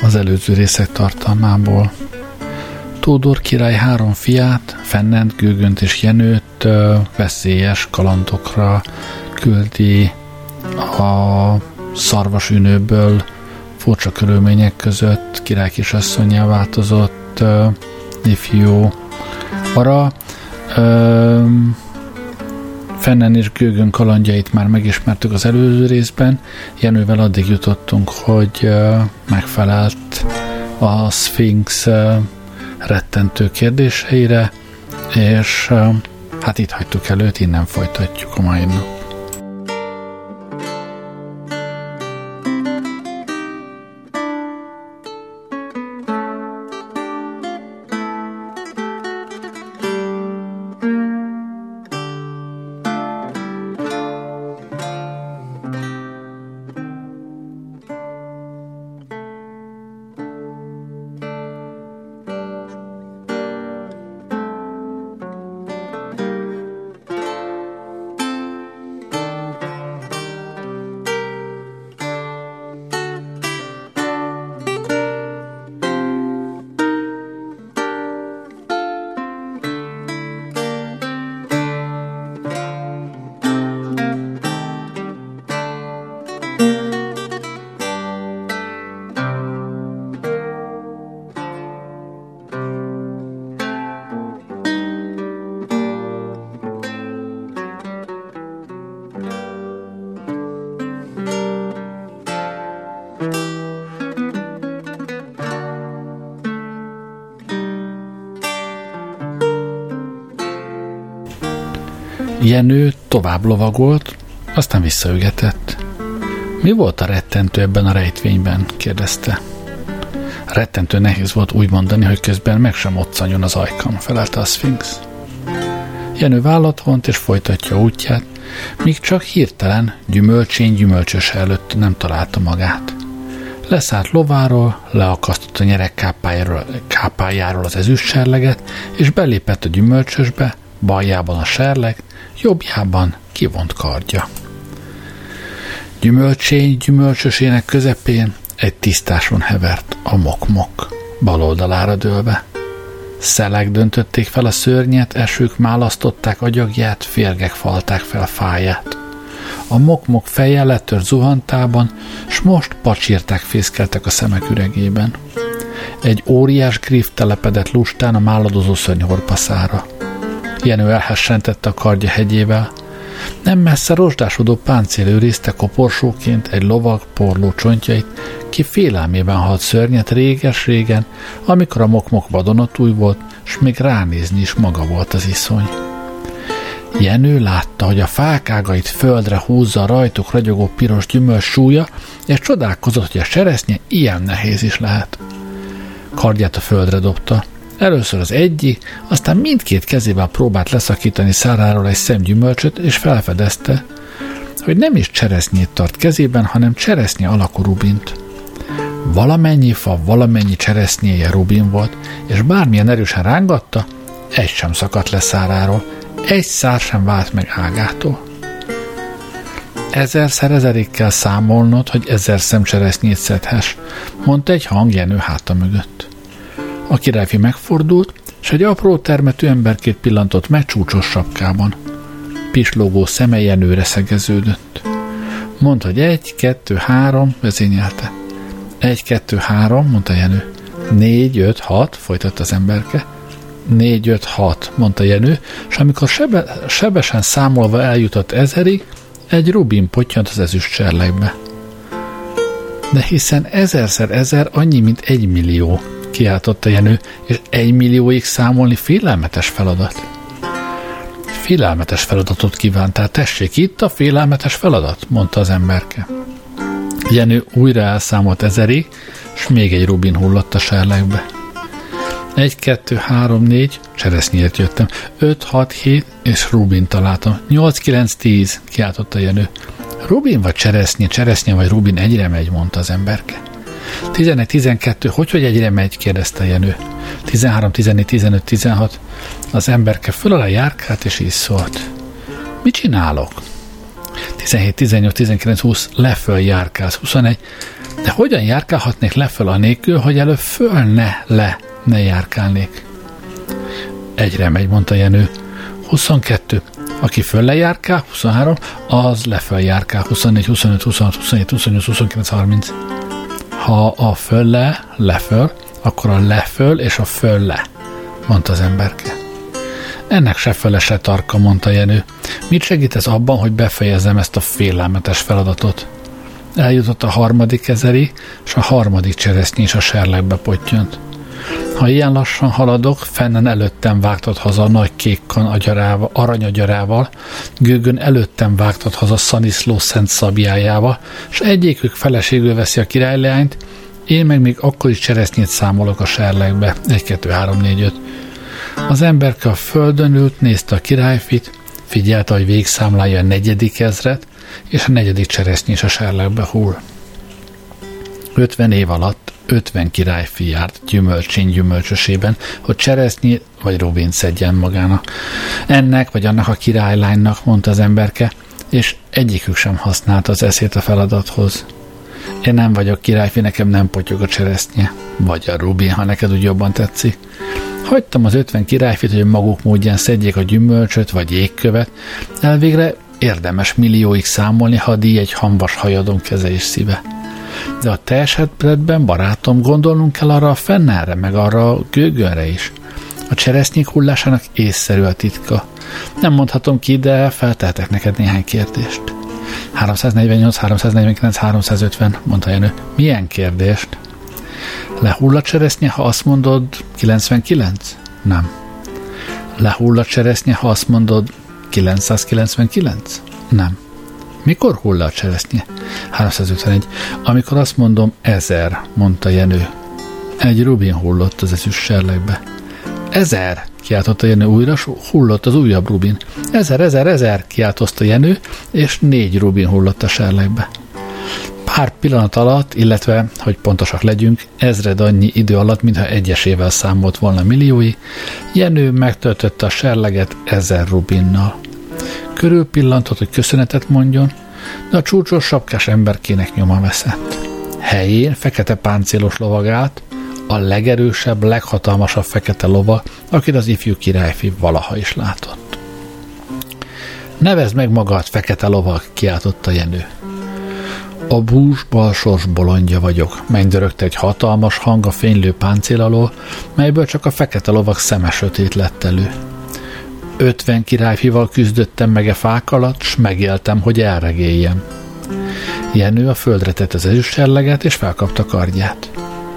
az előző részek tartalmából. Tódor király 3 fiát, Fennent, Gőgönt és Jenőt veszélyes kalandokra küldi a szarvasűnőből furcsa körülmények között király kisasszonnyá változott ifjú ara. Fennen és Gőgön kalandjait már megismertük az előző részben. Jenővel addig jutottunk, hogy megfelelt a Szfinx rettentő kérdéseire, és hát itt hagytuk előtt, innen folytatjuk a mai nap. Jenő tovább lovagolt, aztán visszaügetett. Mi volt a rettentő ebben a rejtvényben? Kérdezte. Rettentő nehéz volt úgy mondani, hogy közben meg sem otszanjon az ajkam, felelte a Szfinx. Jenő vállat vont és folytatja útját, míg csak hirtelen gyümölcsös előtt nem találta magát. Leszállt lováról, leakasztott a nyerek kápájáról az ezüstserleget, és belépett a gyümölcsösbe, baljában a serleg, jobbjában kivont kardja. Gyümölcsösének közepén egy tisztáson hevert a mok-mok, bal oldalára dőlve. Szelek döntötték fel a szörnyet, esők málasztották agyagját, férgek falták fel fáját. A mok-mok feje letört zuhantában, s most pacsírták fészkeltek a szemek üregében. Egy óriás griff telepedett lustán a máladozó szörny horpaszára. Jenő elhessentette a kardja hegyével. Nem messze rozsdásodó páncél őrizte koporsóként egy lovag porló csontjait, ki félelmében halt szörnyet réges-régen, amikor a mok-mok vadonatúj volt, s még ránézni is maga volt az iszony. Jenő látta, hogy a fák ágait földre húzza a rajtuk ragyogó piros gyümölcs súlya, és csodálkozott, hogy a cseresznye ilyen nehéz is lehet. Kardját a földre dobta. Először az egyik, aztán mindkét kezével próbált leszakítani száráról egy szemgyümölcsöt, és felfedezte, hogy nem is cseresznyét tart kezében, hanem cseresznye alakú rubint. Valamennyi fa, valamennyi cseresznyéje rubin volt, és bármilyen erősen rángatta, egy sem szakadt le száráról, egy szár sem vált meg ágától. 1000-ezerig kell számolnod, hogy 1000 szem cseresznyét szedhess, mondta egy hang Jenő háta mögött. A királyfi megfordult, és egy apró termetű emberkét pillantott meg csúcsos sapkában. Pislogó szeme Jenőre szegeződött. Mondta, hogy 1, 2, 3, vezényelte. 1, 2, 3, mondta Jenő. 4, 5, 6, folytatta az emberke. 4, 5, 6, mondta Jenő, és amikor sebesen számolva eljutott 1000-ig, egy rubin pottyant az ezüst serlegbe. De hiszen 1000x1000 annyi, mint 1 millió, kiáltotta Jenő, és 1 millióig számolni félelmetes feladat. Félelmetes feladatot kívántál, tessék, itt a félelmetes feladat, mondta az emberke. Jenő újra elszámolt 1000-ig, és még egy rubin hullott a serlegbe. 1, 2, 3, 4, cseresznyét jöttem, 5, 6, 7, és rubin találtam. 8, 9, 10, kiáltotta Jenő. Rubin vagy cseresznye vagy rubin egyre megy, mondta az emberke. 11, 12, hogy egyre megy, kérdezte Jenő. 13, 14, 15, 16. Az emberke föl alá járkált, és így szólt. Mit csinálok? 17, 18, 19, 20, leföl járkálsz. 21, De hogyan járkálhatnék leföl anélkül, hogy előbb föl ne járkálnék? Egyre megy, mondta Jenő. 22. Aki föl járkál, 23, az leföl járkál, 24, 25, 26, 27, 28, 29, 30. Ha a leföl, akkor a leföl és a fölle, mondta az emberke. Ennek se föle, se tarka, mondta Jenő. Mit segítesz abban, hogy befejezzem ezt a félelmetes feladatot? Eljutott a 3. ezeri, és a 3. cseresznye is a serlegbe pottyant. Ha ilyen lassan haladok, fennen előttem vágtad haza a nagy kék aranyagyarával, gőgön előttem vágtad haza Szaniszló szent szabjájával, és egyikük feleségül veszi a királyleányt, én meg még akkor is cseresznyét számolok a serlegbe. 1, 2, 3, 4, 5. Az emberke a földön ült, nézte a királyfit, figyelte, hogy végigszámlálja a 4. ezret, és a 4. cseresznye is a serlegbe hull. 50 év alatt 50 királyfi járt gyümölcsösében, hogy cseresznyét vagy rubint szedjen magának. Ennek vagy annak a királylánynak, mondta az emberke, és egyikük sem használta az eszét a feladathoz. Én nem vagyok királyfi, nekem nem potyog a cseresznye, vagy a rubin, ha neked úgy jobban tetszik. Hagytam az 50 királyfit, hogy maguk módján szedjék a gyümölcsöt vagy jégkövet, elvégre érdemes millióig számolni, ha a díj egy hamvas hajadon keze és szíve. De a te esetben, barátom, gondolnunk kell arra a fennelre, meg arra a gőgönre is. A cseresznyék hullásának észszerű a titka. Nem mondhatom ki, de feltehetek neked néhány kérdést. 348, 349, 350, mondta Jenő. Milyen kérdést? Lehull a cseresznye, ha azt mondod 99? Nem. Lehull a cseresznye, ha azt mondod 999? Nem. Mikor hull a cseresznye? 351. Amikor azt mondom 1000, mondta Jenő. Egy rubin hullott az ezüst serlegbe. 1000, kiáltotta Jenő újra, hullott az újabb rubin. 1000, kiáltozta Jenő, és 4 rubin hullott a serlegbe. Pár pillanat alatt, illetve, hogy pontosak legyünk, 1000 annyi idő alatt, mintha egyesével számolt volna milliói, Jenő megtöltötte a serleget 1000 rubinnal. Körülpillantott, hogy köszönetet mondjon, de a csúcsos sapkás emberkének nyoma veszett. Helyén fekete páncélos lovag állt, a legerősebb, leghatalmasabb fekete lovag, akit az ifjú királyfi valaha is látott. Nevezd meg magad, fekete lovag, kiáltotta Jenő. A bús balsors bolondja vagyok, megdörögte egy hatalmas hang a fénylő páncél alól, melyből csak a fekete lovag szeme sötét lett elő. 50 királyfival küzdöttem meg fák alatt, s megéltem, hogy elregéljem. Jenő a földre tett az ezüstserleget, és felkapta kardját.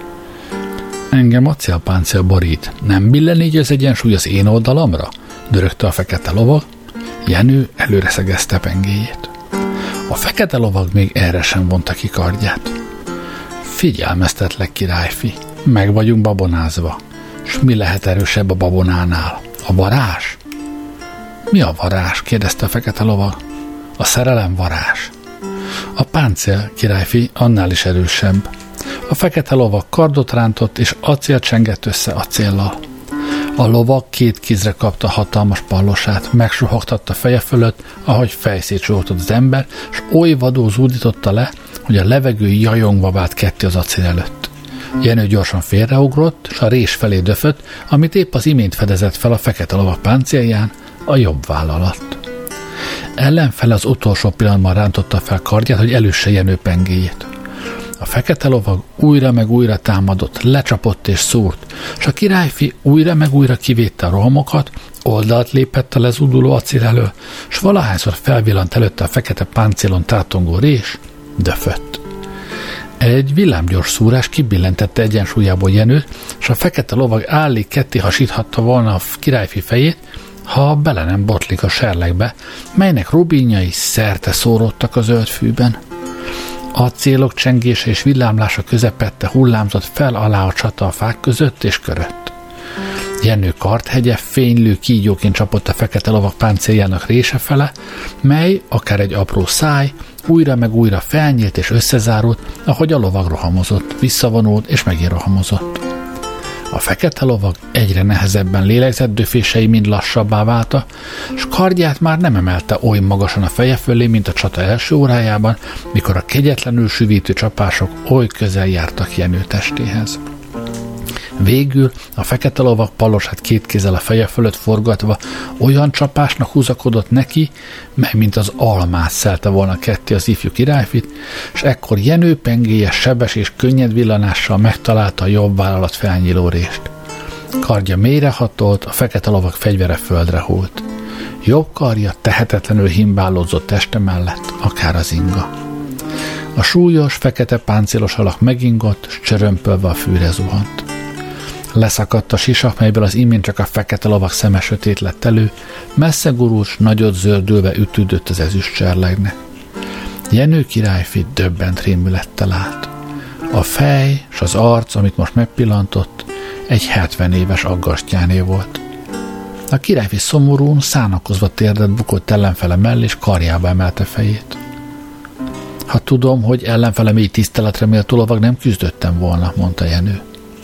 Engem acélpáncél borít. Nem billen így az egyensúly az én oldalamra? Dörögte a fekete lovag. Jenő előre szegezte pengéjét. A fekete lovag még erre sem vonta ki kardját. Figyelmeztetlek, királyfi, meg vagyunk babonázva. S mi lehet erősebb a babonánál? A varázs? Mi a varázs? Kérdezte a fekete lovag. A szerelem varázs. A páncél, királyfi, annál is erősebb. A fekete lovag kardot rántott, és acélt csengett össze acéllal. A lovag 2 kézre kapta hatalmas pallosát, megsuhogtatta feje fölött, ahogy fejszét suhogtott az ember, s oly vadul zúdította le, hogy a levegő jajongva vált ketté az acél előtt. Jenő gyorsan félreugrott, s a rés felé döfött, amit épp az imént fedezett fel a fekete lovag páncélján, a jobb váll alatt. Ellenfele az utolsó pillanatban rántotta fel kardját, hogy elüsse Jenő pengéjét. A fekete lovag újra meg újra támadott, lecsapott és szúrt, s a királyfi újra meg újra kivédte a rohamokat, oldalt lépett a lezúduló acél elől, s valahányszor felvillant előtte a fekete páncélon tátongó rés, döfött. Egy villámgyors szúrás kibillentette egyensúlyából Jenőt, s a fekete lovag állig ketté hasíthatta volna a királyfi fejét, ha bele nem botlik a serlegbe, melynek rubinjai szerte szóródtak a zöld fűben. A célok csengése és villámlása közepette hullámzott fel alá a csata a fák között és körött. Jenő kardhegye fénylő kígyóként csapott a fekete lovag páncéljának rése fele, mely, akár egy apró száj, újra meg újra felnyílt és összezárult, ahogy a lovag rohamozott, visszavonult és megint rohamozott. A fekete lovag egyre nehezebben lélegzett, döfései mind lassabbá válta, s kardját már nem emelte oly magasan a feje fölé, mint a csata első órájában, mikor a kegyetlenül süvítő csapások oly közel jártak Jenő testéhez. Végül a fekete lovag palosát két kézzel a feje fölött forgatva olyan csapásnak húzakodott neki, mely mint az almát szelte volna ketté az ifjú királyfit, és ekkor Jenő pengéje sebes és könnyed villanással megtalálta a jobb vállalat felnyíló rést. Kardja mélyre hatolt, a fekete lovag fegyvere földre hult. Jobb karja tehetetlenül himbálózott teste mellett, akár az inga. A súlyos, fekete páncélos alak megingott, s csörömpölve a fűre zuhant. Leszakadt a sisak, melyből az imént csak a fekete lovag szeme sötét lett elő, messze gurulcs, nagyot zördülve ütődött az ezüst cserlegnek. Jenő királyfi döbbent rémülettel állt. A fej s az arc, amit most megpillantott, egy 70 éves aggastyáné volt. A királyfi szomorún, szánakozva térdet bukott ellenfele mellé, és karjába emelte fejét. Ha tudom, hogy ellenfelem így tiszteletre méltó lovag, nem küzdöttem volna, mondta Jenő.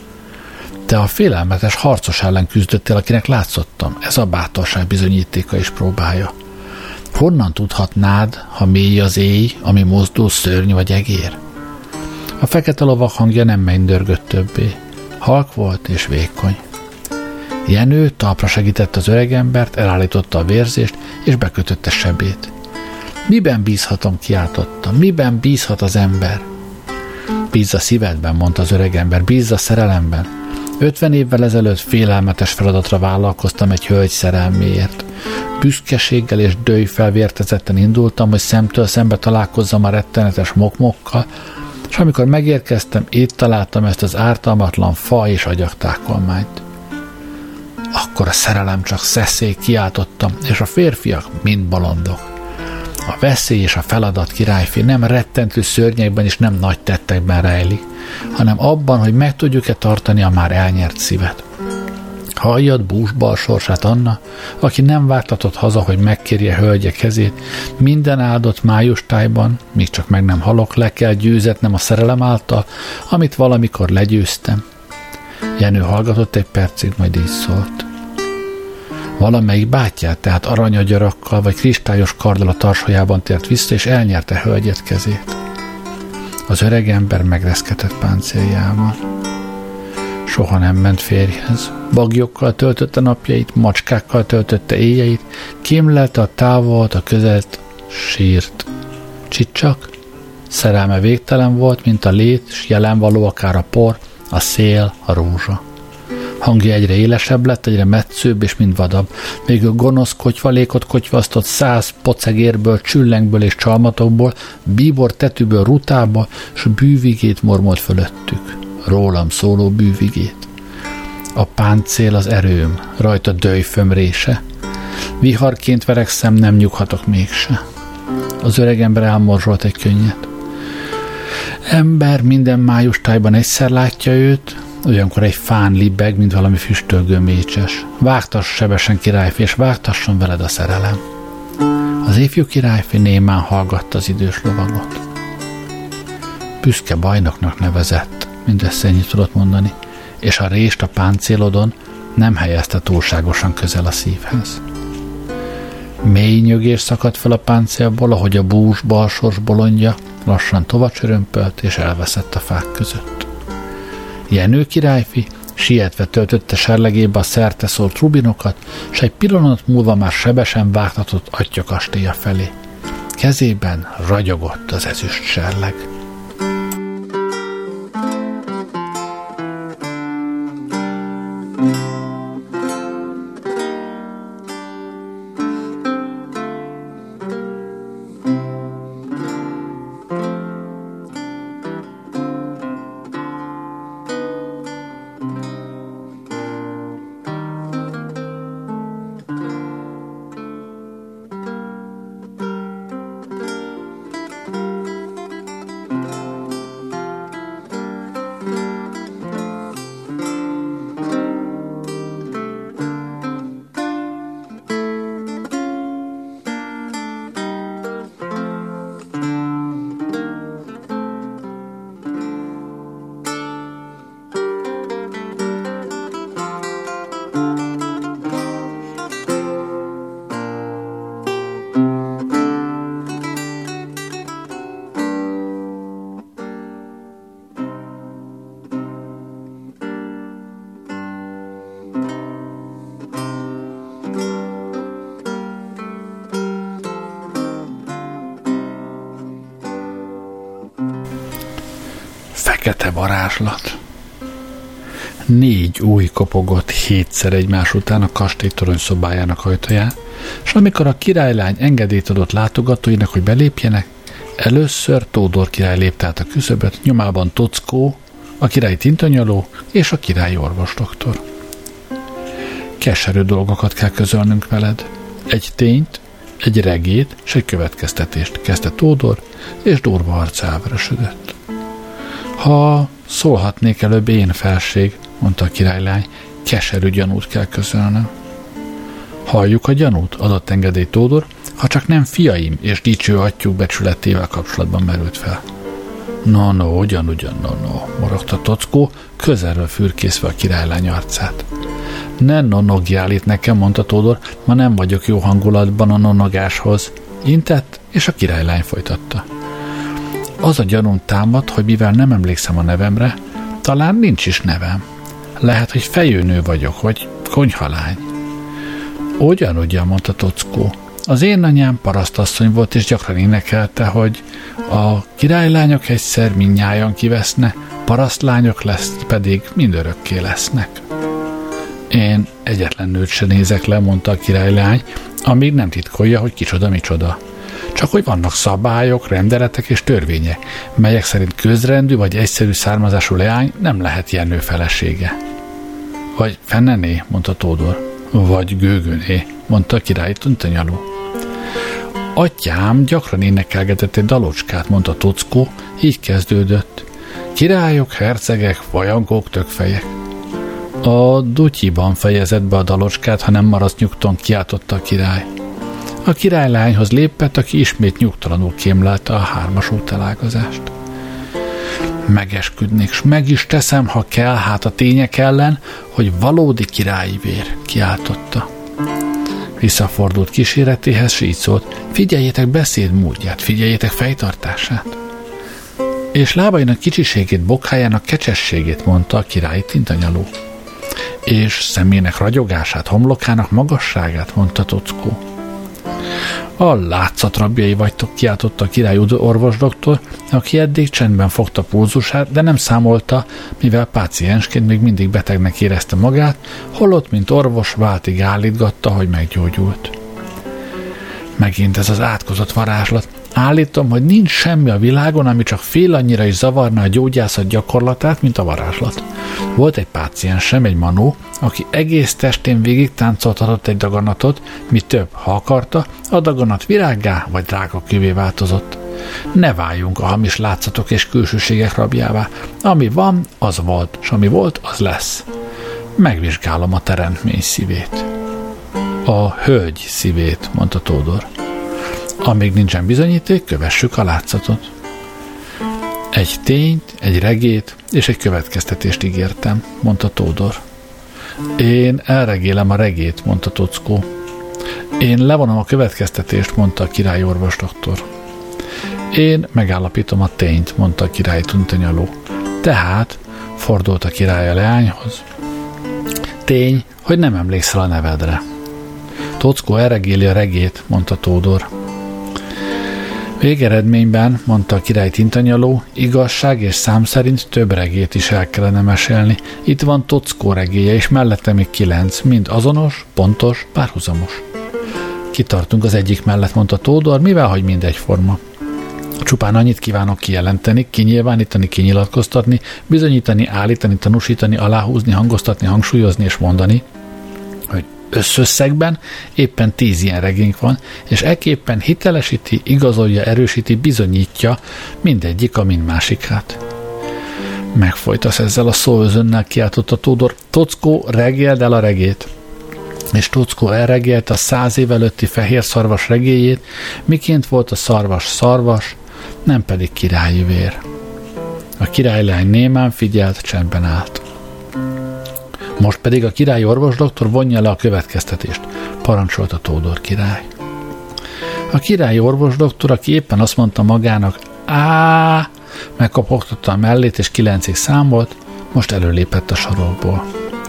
Te a félelmetes harcos ellen küzdöttél, akinek látszottam. Ez a bátorság bizonyítéka és próbája. Honnan tudhatnád, ha mély az éj, ami mozdul, szörny vagy egér? A fekete lovag hangja nem mennydörgött többé. Halk volt és vékony. Jenő talpra segített az öregembert, elállította a vérzést, és bekötötte sebét. Miben bízhatom, kiáltotta. Miben bízhat az ember? Bízz a szívedben, mondta az öregember, bízz a szerelemben. 50 évvel ezelőtt félelmetes feladatra vállalkoztam egy hölgy szerelméért. Büszkeséggel és dőjfelvértezetten indultam, hogy szemtől szembe találkozzam a rettenetes mokmokkal, és amikor megérkeztem, itt találtam ezt az ártalmatlan fa és agyagtákolmányt. Akkor a szerelem csak szeszély, kiáltottam, és a férfiak mind bolondok. A veszély és a feladat, királyfi, nem rettentő szörnyekben és nem nagy tettekben rejlik, hanem abban, hogy meg tudjuk-e tartani a már elnyert szívet. Halljad búsbal sorsát Anna, aki nem vágtatott haza, hogy megkérje hölgye kezét, minden áldott májustájban, míg csak meg nem halok, le kell győzetnem a szerelem által, amit valamikor legyőztem. Jenő hallgatott egy percig, majd így szólt. Valamelyik bátyját, tehát aranyagyarakkal vagy kristályos karddal a tarsajában tért vissza, és elnyerte hölgyet kezét. Az öreg ember megreszketett páncéljával. Soha nem ment férjhez. Bagyokkal töltötte napjait, macskákkal töltötte éjjeit, kémlelte a távol, a közelt, sírt. Csicsak? Szerelme végtelen volt, mint a lét, s jelen való akár a por, a szél, a rózsa. Hangja egyre élesebb lett, egyre metszőbb és mind vadabb. Végül gonosz kotyvalékot kotyvasztott 100 pocegérből, csüllengből és csalmatokból, bíbor tetűből rutába, s bűvigét mormolt fölöttük. Rólam szóló bűvigét. A páncél az erőm, rajta döjföm rése. Viharként verekszem, nem nyughatok mégse. Az öreg ember elmorzsolt egy könnyet. Ember minden májustájban egyszer látja őt, olyankor egy fán libbeg, mint valami füstölgő mécses. Vágtass sebesen, királyfi, és vágtasson veled a szerelem. Az ifjú királyfi némán hallgatta az idős lovagot. Büszke bajnoknak nevezett, mindössze ennyit tudott mondani, és a rést a páncélodon nem helyezte túlságosan közel a szívhez. Mély nyögés szakadt fel a páncélból, ahogy a bús balsors bolondja lassan tovacsörömpölt és elveszett a fák között. Jenő királyfi sietve töltötte serlegébe a szerteszórt rubinokat, s egy pillanat múlva már sebesen vágtatott atya kastélya felé. Kezében ragyogott az ezüst serleg. Fekete varázslat. 4 új kopogott 7-szer egymás után a kastélytorony szobájának ajtaján, és amikor a királylány engedélyt adott látogatóinak, hogy belépjenek, először Tódor király lépte át a küszöböt, nyomában Tockó, a királyi tintanyaló és a királyi orvosdoktor. Keserű dolgokat kell közölnünk veled. Egy tényt, egy regét és egy következtetést, kezdte Tódor, és durva arca elvörösödött. Ha szólhatnék előbb én, felség, mondta a királylány, keserű gyanút kell közölnöm. Halljuk a gyanút, adott engedélyt Tódor, ha csak nem fiaim és dicső atyjuk becsületével kapcsolatban merült fel. No, ugyan, morogta Tockó, közelről fürkészve a királylány arcát. Ne nonogjál itt nekem, mondta Tódor, ma nem vagyok jó hangulatban a nonogáshoz. Intett, és a királylány folytatta. Az a gyanúm támad, hogy mivel nem emlékszem a nevemre, talán nincs is nevem. Lehet, hogy fejőnő vagyok, vagy konyhalány. Ugyan, mondta Tockó. Az én anyám parasztasszony volt, és gyakran énekelte, hogy a királylányok egyszer mindnyájan kiveszne, parasztlányok pedig mindörökké lesznek. Én egyetlen nőt se nézek le, mondta a királylány, amíg nem titkolja, hogy kicsoda micsoda. Csak hogy vannak szabályok, rendeletek és törvények, melyek szerint közrendű vagy egyszerű származású leány nem lehet ilyen nő felesége. Vagy fennené, mondta Tódor. Vagy gőgöné, mondta a királyi tintanyaló. Atyám gyakran énekelgetett egy dalocskát, mondta Tockó, így kezdődött. Királyok, hercegek, vajangók, tökfejek. A dutyiban fejezett be a dalocskát, ha nem maradsz nyugton, kiáltotta a király. A királylányhoz lépett, aki ismét nyugtalanul kémlelte a 3-as útelágazást. Megesküdnék, s meg is teszem, ha kell, hát a tények ellen, hogy valódi királyi vér, kiáltotta. Visszafordult kíséretéhez, s így szólt, figyeljétek beszédmódját, figyeljétek fejtartását. És lábainak kicsiségét, bokhájának kecsességét, mondta a királyi tintanyaló. És szemének ragyogását, homlokának magasságát, mondta Tockó. A látszatrabjai vagytok, kiáltotta a király orvosdoktor, aki eddig csendben fogta pulzusát, de nem számolta, mivel páciensként még mindig betegnek érezte magát, holott, mint orvos, váltig állítgatta, hogy meggyógyult. Megint ez az átkozott varázslat. Állítom, hogy nincs semmi a világon, ami csak fél annyira is zavarná a gyógyászat gyakorlatát, mint a varázslat. Volt egy páciensem, egy manó, aki egész testén végig táncoltatott egy daganatot, mi több, ha akarta, a daganat virággá vagy drágakővé változott. Ne váljunk a hamis látszatok és külsőségek rabjává. Ami van, az volt, s ami volt, az lesz. Megvizsgálom a teremtmény szívét. A hölgy szívét, mondta Tódor. Amíg nincsen bizonyíték, kövessük a látszatot. Egy tényt, egy regét és egy következtetést ígértem, mondta Tódor. Én elregélem a regét, mondta Tockó. Én levonom a következtetést, mondta a király orvosdoktor. Én megállapítom a tényt, mondta a király tintanyaló. Tehát, fordult a király a leányhoz. Tény, hogy nem emlékszel a nevedre. Tockó elregéli a regét, mondta Tódor. Végeredményben, mondta a király tintanyaló, igazság és szám szerint több regét is el kellene mesélni. Itt van Tockó regéje, és mellette még 9, mind azonos, pontos, párhuzamos. Kitartunk az egyik mellett, mondta Tódor, mivel hogy mindegyforma. Csupán annyit kívánok kijelenteni, kinyilvánítani, kinyilatkoztatni, bizonyítani, állítani, tanúsítani, aláhúzni, hangoztatni, hangsúlyozni és mondani, hogy összösszegben éppen 10 ilyen regénk van, és ekképpen hitelesíti, igazolja, erősíti, bizonyítja mindegyik a mindmásikát. Megfojtasz ezzel a szóözönnel, kiáltotta Tódor. Tockó, regéld el a regét. És Tockó elregélte a 100 év előtti fehér szarvas regéjét, miként volt a szarvas, nem pedig királyi vér. A királylány némán figyelt, csendben állt. Most pedig a királyi orvosdoktor vonja le a következtetést, parancsolta Tódor király. A királyi orvosdoktor, aki éppen azt mondta magának, megkopogtatta a mellét és 9-ig számolt, most előlépett a sarokból.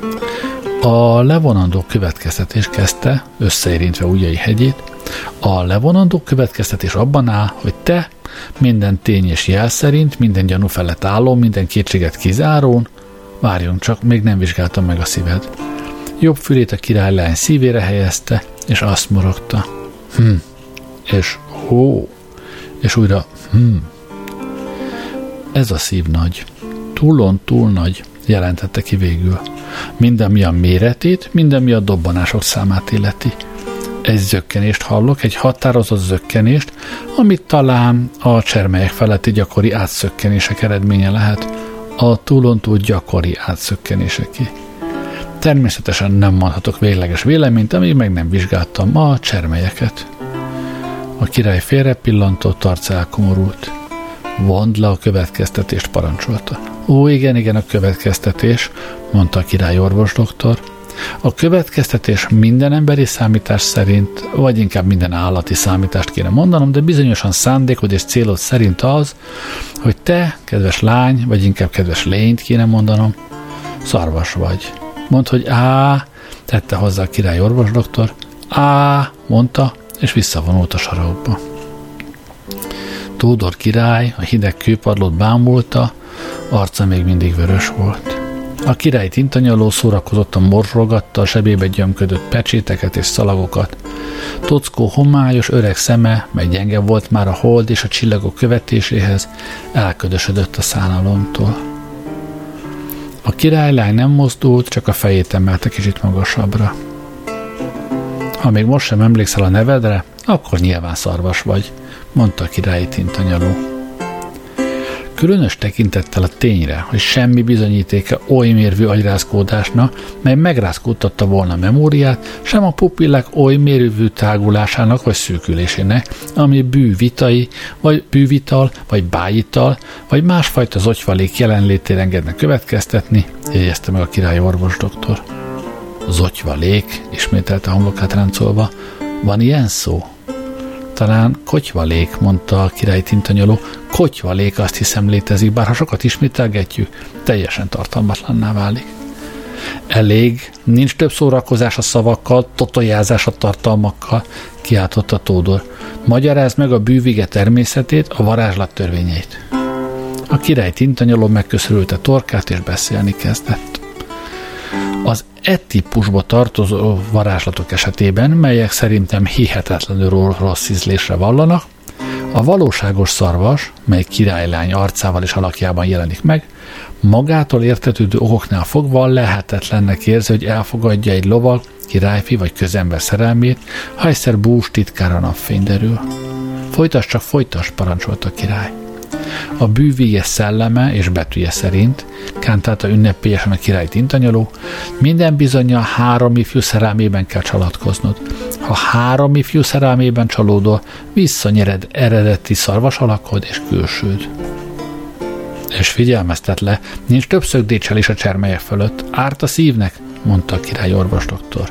A levonandó következtetés kezdte, összeérintve ujjai hegyét. A levonandó következtetés abban áll, hogy te minden tény és jel szerint, minden gyanú felett álló, minden kétséget kizárón. Várjunk csak, még nem vizsgáltam meg a szíved. Jobb fülét a királylány szívére helyezte, és azt morogta. És hó, és újra Ez a szív nagy. Túl nagy, jelentette ki végül. Minden mi a méretét, minden mi a dobbanások számát illeti. Egy zökkenést hallok, egy határozott zökkenést, amit talán a csermelyek feletti gyakori átszökkenések eredménye lehet, a túl gyakori átszökkenéseké. Természetesen nem mondhatok végleges véleményt, amíg meg nem vizsgáltam a csermelyeket. A király félre pillantott, arca elkomorult. Vondd le a következtetést, parancsolta. Ó, igen, a következtetés, mondta a király orvosdoktor. A következtetés minden emberi számítás szerint, vagy inkább minden állati számítást kéne mondanom, de bizonyosan szándékod és célod szerint az, hogy te, kedves lány, vagy inkább kedves lényt kéne mondanom, szarvas vagy. Mondd, hogy tette hozzá a király orvosdoktor. Mondta, és visszavonult a sarokba. Tódor király a hideg kőpadlót bámulta, arca még mindig vörös volt. A király tintanyaló szórakozottan morzsolgatta a sebébe gyömködött pecséteket és szalagokat. Tockó homályos öreg szeme, mely gyenge volt már a hold és a csillagok követéséhez, elködösödött a szánalomtól. A királylány nem mozdult, csak a fejét emelte kicsit magasabbra. Ha még most sem emlékszel a nevedre, akkor nyilván szarvas vagy, mondta a királyi tintanyaló. Különös tekintettel a tényre, hogy semmi bizonyítéka oly mérvű agyrázkódásnak, mely megrázkódtatta volna a memóriát, sem a pupillák oly mérvű tágulásának vagy szűkülésének, ami bűvital, vagy bájital, vagy másfajta zotyvalék jelenlétére engedne következtetni, jegyezte meg a király orvosdoktor. Zotyvalék, ismételte hangokát ráncolva, van ilyen szó? Talán kotyvalék, mondta a király tintanyaló. Kotyvalék, azt hiszem létezik, bár ha sokat ismételgetjük, teljesen tartalmatlanná válik. Elég, nincs több szórakozás a szavakkal, totojázás a tartalmakkal, kiáltotta Tódor. Magyarázd meg a bűvige természetét, a varázslat törvényeit. A király tintanyaló megköszörülte torkát, és beszélni kezdett. Az típusba tartozó varázslatok esetében, melyek szerintem hihetetlenül rossz ízlésre vallanak, a valóságos szarvas, mely királylány arcával és alakjában jelenik meg, magától értetődő okoknál fogva lehetetlennek érzi, hogy elfogadja egy lovag, királyfi vagy közember szerelmét, ha egyszer bús titkára napfény derül. Folytass, parancsolta a király. A bűvige szelleme és betűje szerint, kántálta ünnepélyesen a király tintanyaló, minden bizonnyal 3 ifjú szerelmében kell csalatkoznod. Ha 3 ifjú szerelmében csalódol, visszanyered eredeti szarvas alakod és külsőd. És figyelmeztet le, nincs több szögdécselés a csermelyek fölött, árt a szívnek, mondta a király orvosdoktor.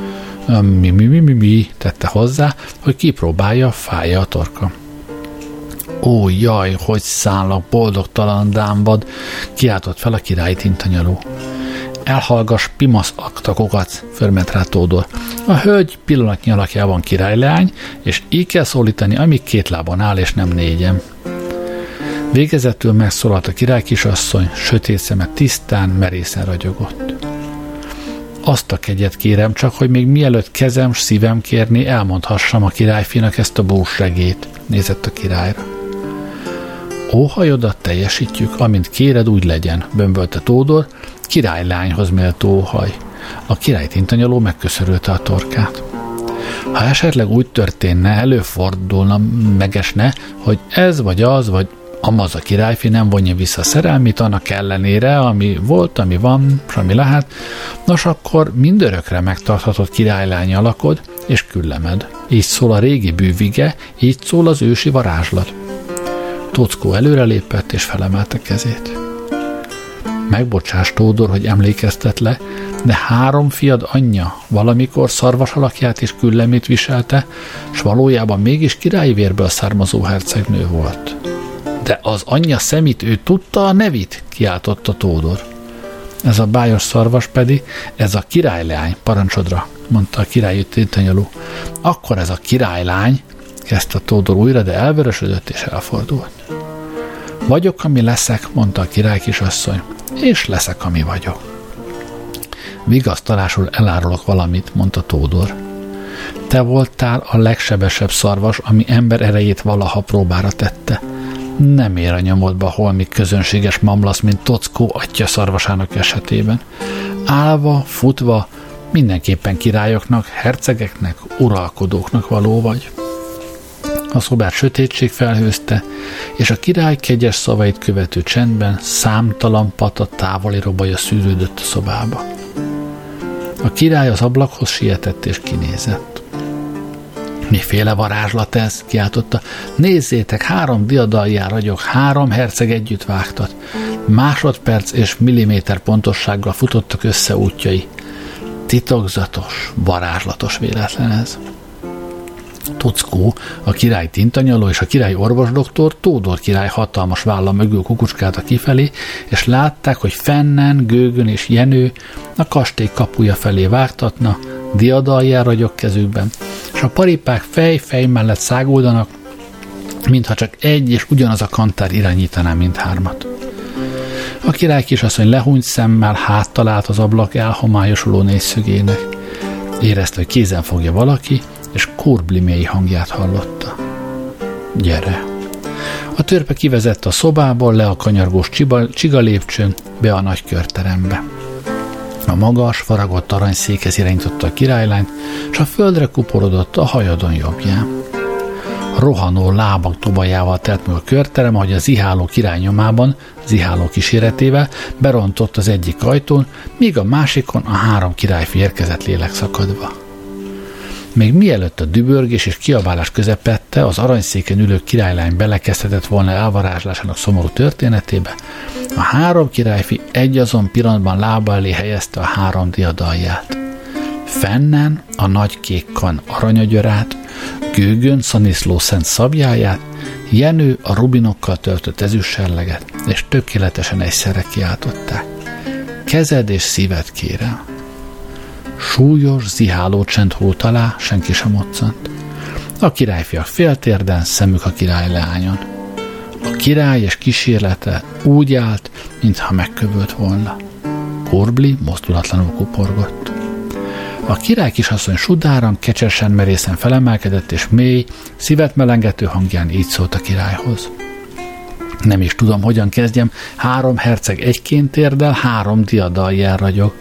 Mi, tette hozzá, hogy kipróbálja, fájja a torka. Ó, jaj, hogy szállak, boldogtalan dámvad, kiáltott fel a király tintanyaló. Elhallgass pimasz aktakokat, förment rá Tódor. A hölgy pillanatnyi alakjában királyleány, és így kell szólítani, amíg 2 lábon áll, és nem 4-en. Végezetül megszólalt a király kisasszony, sötét szeme tisztán, merészen ragyogott. Azt a kegyet kérem csak, hogy még mielőtt kezem, szívem kérni, elmondhassam a királyfinak ezt a búsregét, nézett a királyra. Óhajodat teljesítjük, amint kéred, úgy legyen, bömbölte Tódor, királylányhoz méltó óhaj. A király tintanyaló megköszörülte a torkát. Ha esetleg úgy történne, előfordulna, megesne, hogy ez vagy az, vagy amaz a királyfi nem vonja vissza szerelmét, annak ellenére, ami volt, ami van, és ami lehet, nos akkor mindörökre megtarthatod királylány alakod és küllemed. Így szól a régi bűvige, így szól az ősi varázslat. Tockó előrelépett és felemelte kezét. Megbocsáss, Tódor, hogy emlékeztet le, de 3 fiad anyja valamikor szarvas alakját és küllemét viselte, s valójában mégis királyi vérből származó hercegnő volt. De az anyja szemét ő tudta a nevét, kiáltotta Tódor. Ez a bájos szarvas pedig, ez a királylány, parancsodra, mondta a királyi tintanyaló. Akkor ez a királylány, kezdte a Tódor újra, de elvörösödött és elfordult. Vagyok, ami leszek, mondta a király kisasszony, és leszek, ami vagyok. Vigasztalásul elárulok valamit, mondta Tódor. Te voltál a legsebesebb szarvas, ami ember erejét valaha próbára tette. Nem ér a nyomodba holmi közönséges mamlasz, mint Tockó atya szarvasának esetében. Állva, futva, mindenképpen királyoknak, hercegeknek, uralkodóknak való vagy. A szobát sötétség felhőzte, és a király kegyes szavait követő csendben számtalan pata távoli robaja szűrődött a szobába. A király az ablakhoz sietett és kinézett. Miféle varázslat ez? Kiáltotta. Nézzétek, 3 diadalján ragyog, 3 herceg együtt vágtat. Másodperc és milliméter pontossággal futottak össze útjai. Titokzatos, varázslatos véletlen ez. Tockó, a király tintanyaló és a király orvosdoktor Tódor király hatalmas válla mögül kukucskáltak kifelé, és látták, hogy Fennen, Gőgön és Jenő a kastély kapuja felé vágtatna, diadalján ragyog kezükben, és a paripák fej mellett száguldanak, mintha csak egy és ugyanaz a kantár irányítaná mindhármat. A király kisasszony lehúnyt szemmel háttal állt az ablak elhomályosuló négyszögének. Érezte, hogy kézen fogja valaki, és Kurbli mély hangját hallotta. Gyere! A törpe kivezette a szobából le a kanyargós csigalépcsőn be a nagy körterembe. A magas, faragott aranyszékhez irányította a királylányt, és a földre kuporodott a hajadon jobbján. Rohanó lábak dobajával telt meg a körterem, ahogy a ziháló király nyomában, ziháló kíséretével berontott az egyik ajtón, míg a másikon a 3 királyfi érkezett lélekszakadva. Még mielőtt a dübörgés és kiabálás közepette az aranyszéken ülő királylány belekezdhetett volna elvarázslásának szomorú történetébe, a 3 királyfi egyazon pillanatban lába elé helyezte a 3 diadalját. Fennen a nagy kék kan aranyagyörát, Gőgön Szaniszló szent szabjáját, Jenő a rubinokkal töltött ezüstserleget, és tökéletesen egyszerre kiáltották. Kezed és szíved kérem. Súlyos, ziháló csend hult alá, senki sem moccant. A királyfiak féltérden, szemük a király leányon. A király és kísérlete úgy állt, mintha megkövült volna. Kurbli mozdulatlanul kuporgott. A király kisasszony sudáran, kecsesen, merészen felemelkedett, és mély, szívet melengető hangján így szólt a királyhoz. Nem is tudom, hogyan kezdjem, 3 herceg egyként térdel, 3 diadalján ragyog.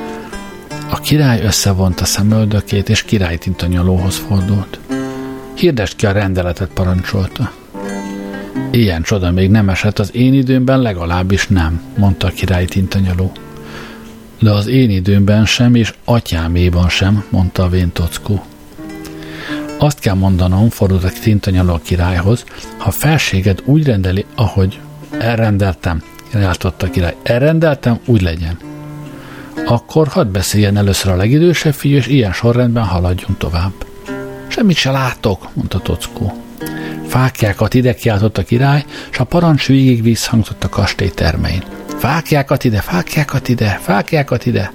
A király összevonta szemöldökét, és királytintanyalóhoz fordult. Hirdesd ki a rendeletet, parancsolta. Ilyen csoda még nem esett az én időmben, legalábbis nem, mondta a királytintanyaló. De az én időmben sem, és atyáméban sem, mondta a vén Tockó. Azt kell mondanom, fordult a tintanyaló a királyhoz, ha felséged úgy rendeli, ahogy elrendeltem, kiáltotta a király. Elrendeltem, úgy legyen. Akkor hadd beszéljen először a legidősebb fiú, és ilyen sorrendben haladjunk tovább. Semmit se látok, mondta Tockó. Fáklyákat ide, kiáltott a király, és a parancs végig visszhangzott a kastély termein. Fáklyákat ide, fáklyákat ide, fáklyákat ide.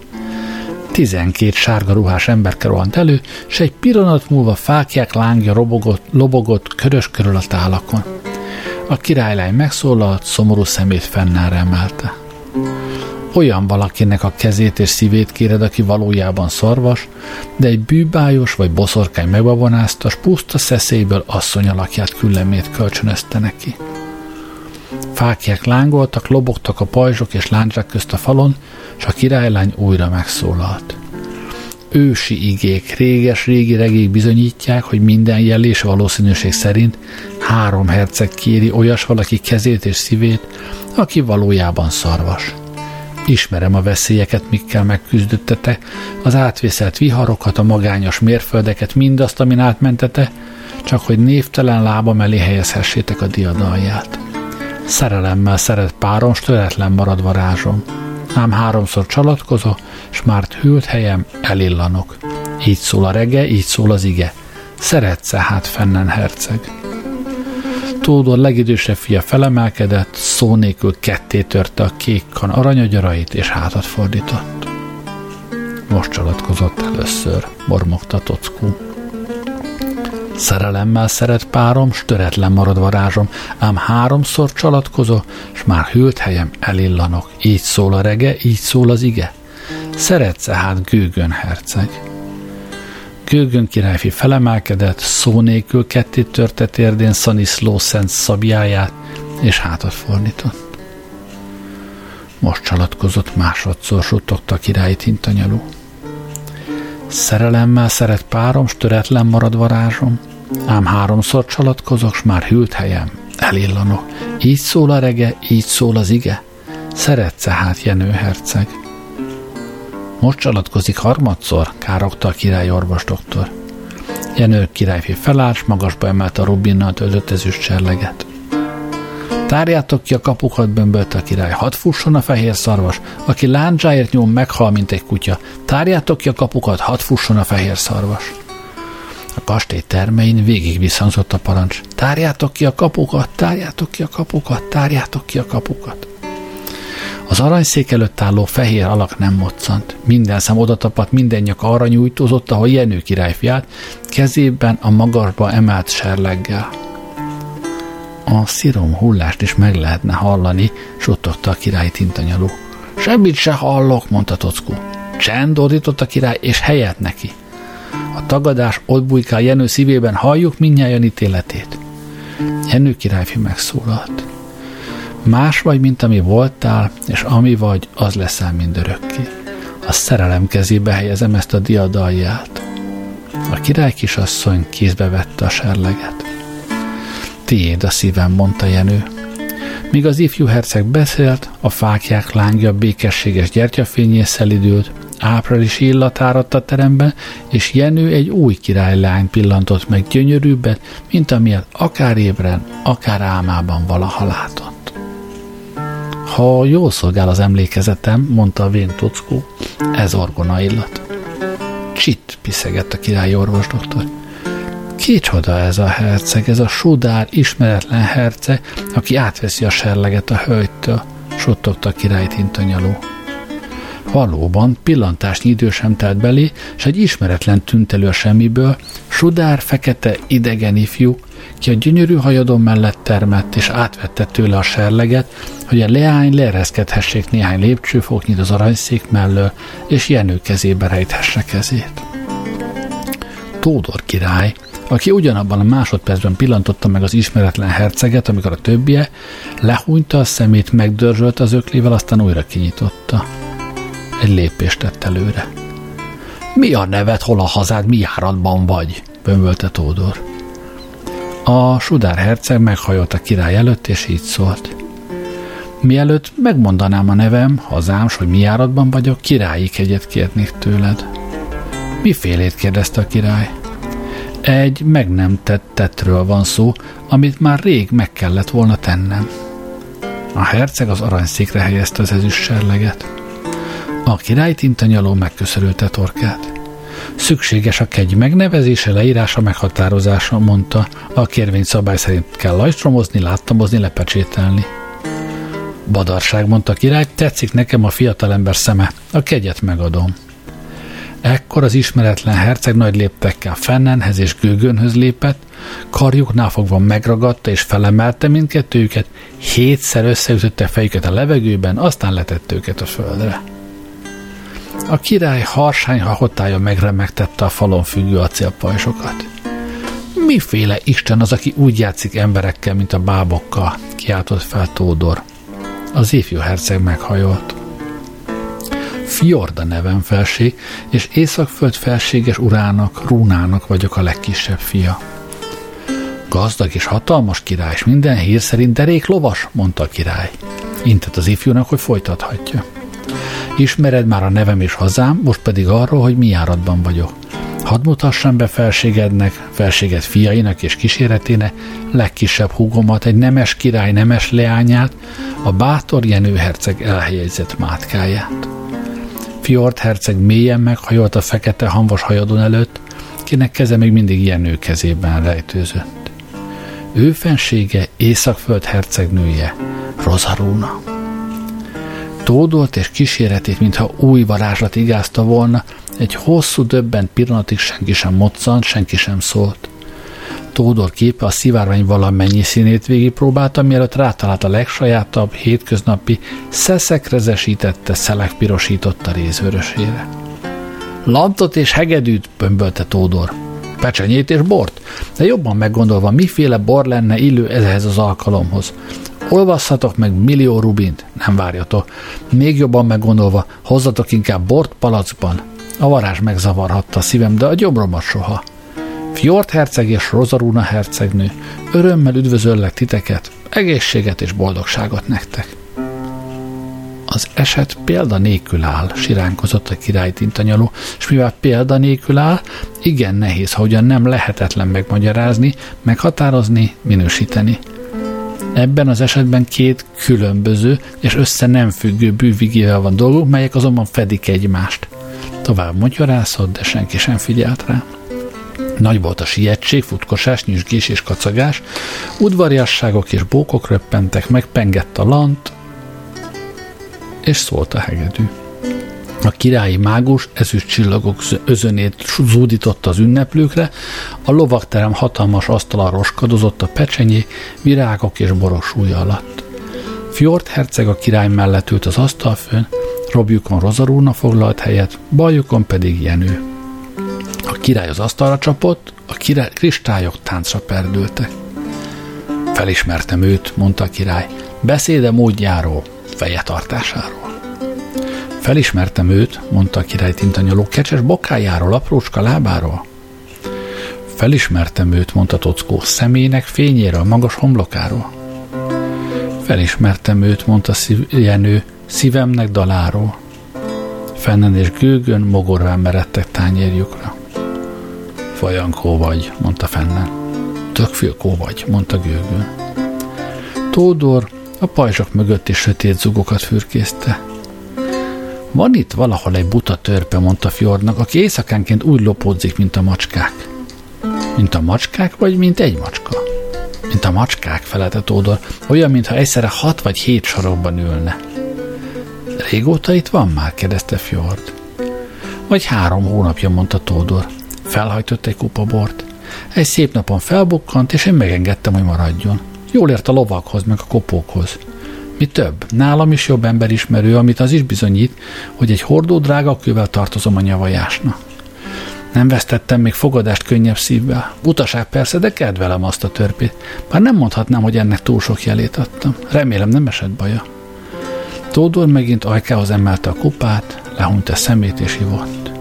12 sárga ruhás emberke rohant elő, és egy pillanat múlva fáklyák lángja lobogott körös körül a tálakon. A királylány megszólalt, szomorú szemét fennára emelte. Olyan valakinek a kezét és szívét kéred, aki valójában szarvas, de egy bűbájos vagy boszorkány megbabonáztas, puszta szeszélyből asszony alakját küllemét kölcsönözte neki. Fáklyák lángoltak, lobogtak a pajzsok és lándzsák közt a falon, és a királylány újra megszólalt. Ősi igék, réges-régi regék bizonyítják, hogy minden jel és valószínűség szerint 3 herceg kéri olyas valaki kezét és szívét, aki valójában szarvas. Ismerem a veszélyeket, mikkel megküzdöttete, az átvészelt viharokat, a magányos mérföldeket, mindazt, amin átmentete, csak hogy névtelen lába mellé helyezhessétek a diadalját. Szerelemmel szeret párom, s töretlen marad varázsom. Ám 3-szor csalatkozó, s már hűlt helyem, elillanok. Így szól a rege, így szól az ige. Szeretsz-e hát Fennen herceg? Tódor legidősebb fia felemelkedett, szó nélkül ketté törte a kék kan aranyagyarait, és hátat fordított. Most csalatkozott először, mormogta Tockó. Szerelemmel szeret párom, s töretlen marad varázsom, ám 3-szor csalatkozok, s már hűlt helyem elillanok. Így szól a rege, így szól az ige. Szeretsz-e hát Gőgön herceg? Gőgön királyfi felemelkedett, szó nélkül ketté törte térdén Szaniszló szent szabjáját, és hátat fordított. Most csalatkozott, másodszor suttogta a királyi tintanyalú. Szerelemmel szeret párom, s töretlen marad varázsom, ám 3-szor csalatkozok, s már hűlt helyem elillanok. Így szól a rege, így szól az ige. Szeretsz-e hát Jenő herceg? Most csalatkozik 3-szor, károgta a király orvosdoktor. Jenő királyfi felállt, magasba emelte a rubinnal töltött ezüst cserleget. Tárjátok ki a kapukat, bömbölte a király. Hadd fusson a fehér szarvas, aki láncsáért nyom, meghal, mint egy kutya. Tárjátok ki a kapukat, hadd fusson a fehér szarvas. A kastély termein végig visszhangzott a parancs. Tárjátok ki a kapukat, tárjátok ki a kapukat, tárjátok ki a kapukat. Az aranyszék előtt álló fehér alak nem moccant. Minden szem odatapadt, minden nyak arra nyújtózott, ahol Jenő királyfi állt, kezében a magasba emelt serleggel. A szirom hullást is meg lehetne hallani, suttogta a király tintanyalú. Semmit se hallok, mondta Tockó. Csend, ordított a király, és helyet neki. A tagadás ott bujkál Jenő szívében, halljuk mindnyájan ítéletét. Jenő királyfi megszólalt. Más vagy, mint ami voltál, és ami vagy, az leszel mindörökké. A szerelem kezébe helyezem ezt a diadalját. A király kisasszony kézbe vette a serleget. Tiéd a szívem, mondta Jenő. Míg az ifjú herceg beszélt, a fáklyák lángja békességes gyertyafényé szelidült, áprilisi illat áradt a teremben, és Jenő egy új királylány pillantott meg, gyönyörűbbet, mint amilyet akár ébren, akár álmában valaha látott. Ha jól szolgál az emlékezetem, mondta a vén Tockó, ez orgona illat. Csit, piszegett a királyi orvosdoktor. Kicsoda ez a herceg, ez a sudár, ismeretlen herceg, aki átveszi a serleget a hölgytől, suttogta a király tintanyalú. Valóban, pillantásnyi idő sem telt belé, s egy ismeretlen tűnt elő a semmiből, sudár, fekete, idegen ifjú, ki a gyönyörű hajadon mellett termett, és átvette tőle a serleget, hogy a leány leereszkedhessék néhány lépcsőfoknyit az aranyszék mellől, és Jenő kezébe rejthesse kezét. Tódor király, aki ugyanabban a másodpercben pillantotta meg az ismeretlen herceget, amikor a többie, lehúnyta a szemét, megdörzsölte az öklével, aztán újra kinyitotta. Egy lépést tett előre. Mi a neved, hol a hazád, mi járatban vagy? Bömbölte Tódor. A sudár herceg meghajolt a király előtt, és így szólt. Mielőtt megmondanám a nevem, hazám, s hogy mi járatban vagyok, királyi kegyet kérnék tőled. Mifélét? Kérdezte a király. Egy meg nem tett tettről van szó, amit már rég meg kellett volna tennem. A herceg az aranyszékre helyezte az ezüst serleget. A király tintanyaló megköszörülte torkát. Szükséges a kegy megnevezése, leírása, meghatározása, mondta. A kérvény szabály szerint kell lajstromozni, láttamozni, lepecsételni. Badarság, mondta a király, tetszik nekem a fiatalember szeme, a kegyet megadom. Ekkor az ismeretlen herceg nagy léptekkel Fennenhez és Gőgönhöz lépett, karjuknál fogva megragadta és felemelte mindkettőjüket, 7-szer összeütötte fejüket a levegőben, aztán letette őket a földre. A király harsány hahotája megremegtette a falon függő acélpajzsokat. Miféle Isten az, aki úgy játszik emberekkel, mint a bábokkal? Kiáltott fel Tódor. Az ifjú herceg meghajolt. Fjord a nevem, felség, és Északföld felséges urának, Rúnának vagyok a legkisebb fia. Gazdag és hatalmas király, és minden hír szerint derék lovas, mondta a király. Intett az ifjúnak, hogy folytathatja. Ismered már a nevem és hazám, most pedig arról, hogy mi járatban vagyok. Hadd mutassam be felséged fiainak és kíséretének, legkisebb húgomat, egy nemes király nemes leányát, a bátor Jenő herceg elhelyezett mátkáját. Fjord herceg mélyen meghajolt a fekete hamvas hajadon előtt, kinek keze még mindig Jenő kezében rejtőzött. Ő fensége Északföld hercegnője, Rozarúna. Tódort és kíséretét, mintha új varázslat igázta volna, egy hosszú döbbent pillanatig senki sem moccant, senki sem szólt. Tódor képe a szivárvány valamennyi színét végigpróbálta, mielőtt rátalált a legsajátabb, hétköznapi, szeszekrezesítette, szelekpirosította rézvörösére. Lantot és hegedűt, bömbölte Tódor. Pecsenyét és bort? De jobban meggondolva, miféle bor lenne illő ehhez az alkalomhoz. Olvasszatok meg millió rubint, nem várjatok. Még jobban meggondolva, hozzatok inkább bort palackban. A varázs megzavarhatta a szívem, de a gyomromat soha. Fjord herceg és Rozaruna hercegnő, örömmel üdvözöllek titeket, egészséget és boldogságot nektek. Az eset példa nélkül áll, siránkozott a király tintanyaló, és mivel példa nélkül áll, igen nehéz, ha ugyan nem lehetetlen megmagyarázni, meghatározni, minősíteni. Ebben az esetben két különböző és össze nem függő bűvigével van dolgunk, melyek azonban fedik egymást. Tovább magyarázott, de senki sem figyelt rá. Nagy volt a sietség, futkosás, nyüzsgés és kacagás, udvariasságok és bókok röppentek, megpengett a lant, és szólt a hegedű. A királyi mágus ezüst csillagok özönét zúdította az ünneplőkre, a lovagterem hatalmas asztala roskadozott a pecsenyé, virágok és borok súlya alatt. Fjord herceg a király mellett ült az asztalfőn, robbjukon Rozaruna foglalt helyet, baljukon pedig Jenő. A király az asztalra csapott, a kristályok táncra perdültek. Felismertem őt, mondta a király, beszéde módjáról, fejetartásáról. Felismertem őt, mondta a király tintanyaló, kecses bokájáról, aprócska lábáról. Felismertem őt, mondta Tockó, szemének fényéről, magas homlokáról. Felismertem őt, mondta Jenő, szívemnek daláról. Fennen és Gőgön mogorván meredtek tányérjukra. Fajankó vagy, mondta Fennen. Tökfülkó vagy, mondta Gőgön. Tódor a pajzsok mögött is sötét zugokat fürkészte. Van itt valahol egy buta törpe, mondta Fjordnak, aki éjszakánként úgy lopódzik, mint a macskák. Mint a macskák, vagy mint egy macska? Mint a macskák, felelte Tódor, olyan, mintha egyszerre 6 vagy 7 sarokban ülne. Régóta itt van már? Kérdezte Fjord. Vagy 3 hónapja, mondta Tódor. Felhajtott egy kupa bort. Egy szép napon felbukkant, és én megengedtem, hogy maradjon. Jól ért a lovakhoz, meg a kopókhoz. Mi több, nálam is jobb emberismerő, amit az is bizonyít, hogy egy hordó drágakővel tartozom a nyavajásnak. Nem vesztettem még fogadást könnyebb szívvel. Utaság persze, de kedvelem azt a törpét. Bár nem mondhatnám, hogy ennek túl sok jelét adtam. Remélem nem esett baja. Tódor megint ajkához emelte a kupát, lehúnyta szemét és ivott.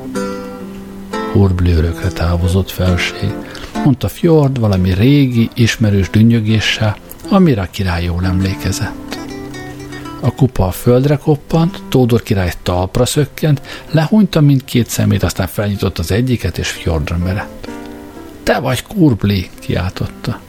Hurblőrökre távozott felség, mondta Fjord valami régi, ismerős dünnyögéssel, amire a király jól emlékezett. A kupa a földre koppant, Tódor király talpra szökkent, lehúnyta mindkét szemét, aztán felnyitott az egyiket, és Fjordra merett. Te vagy Kurbli, kiáltotta.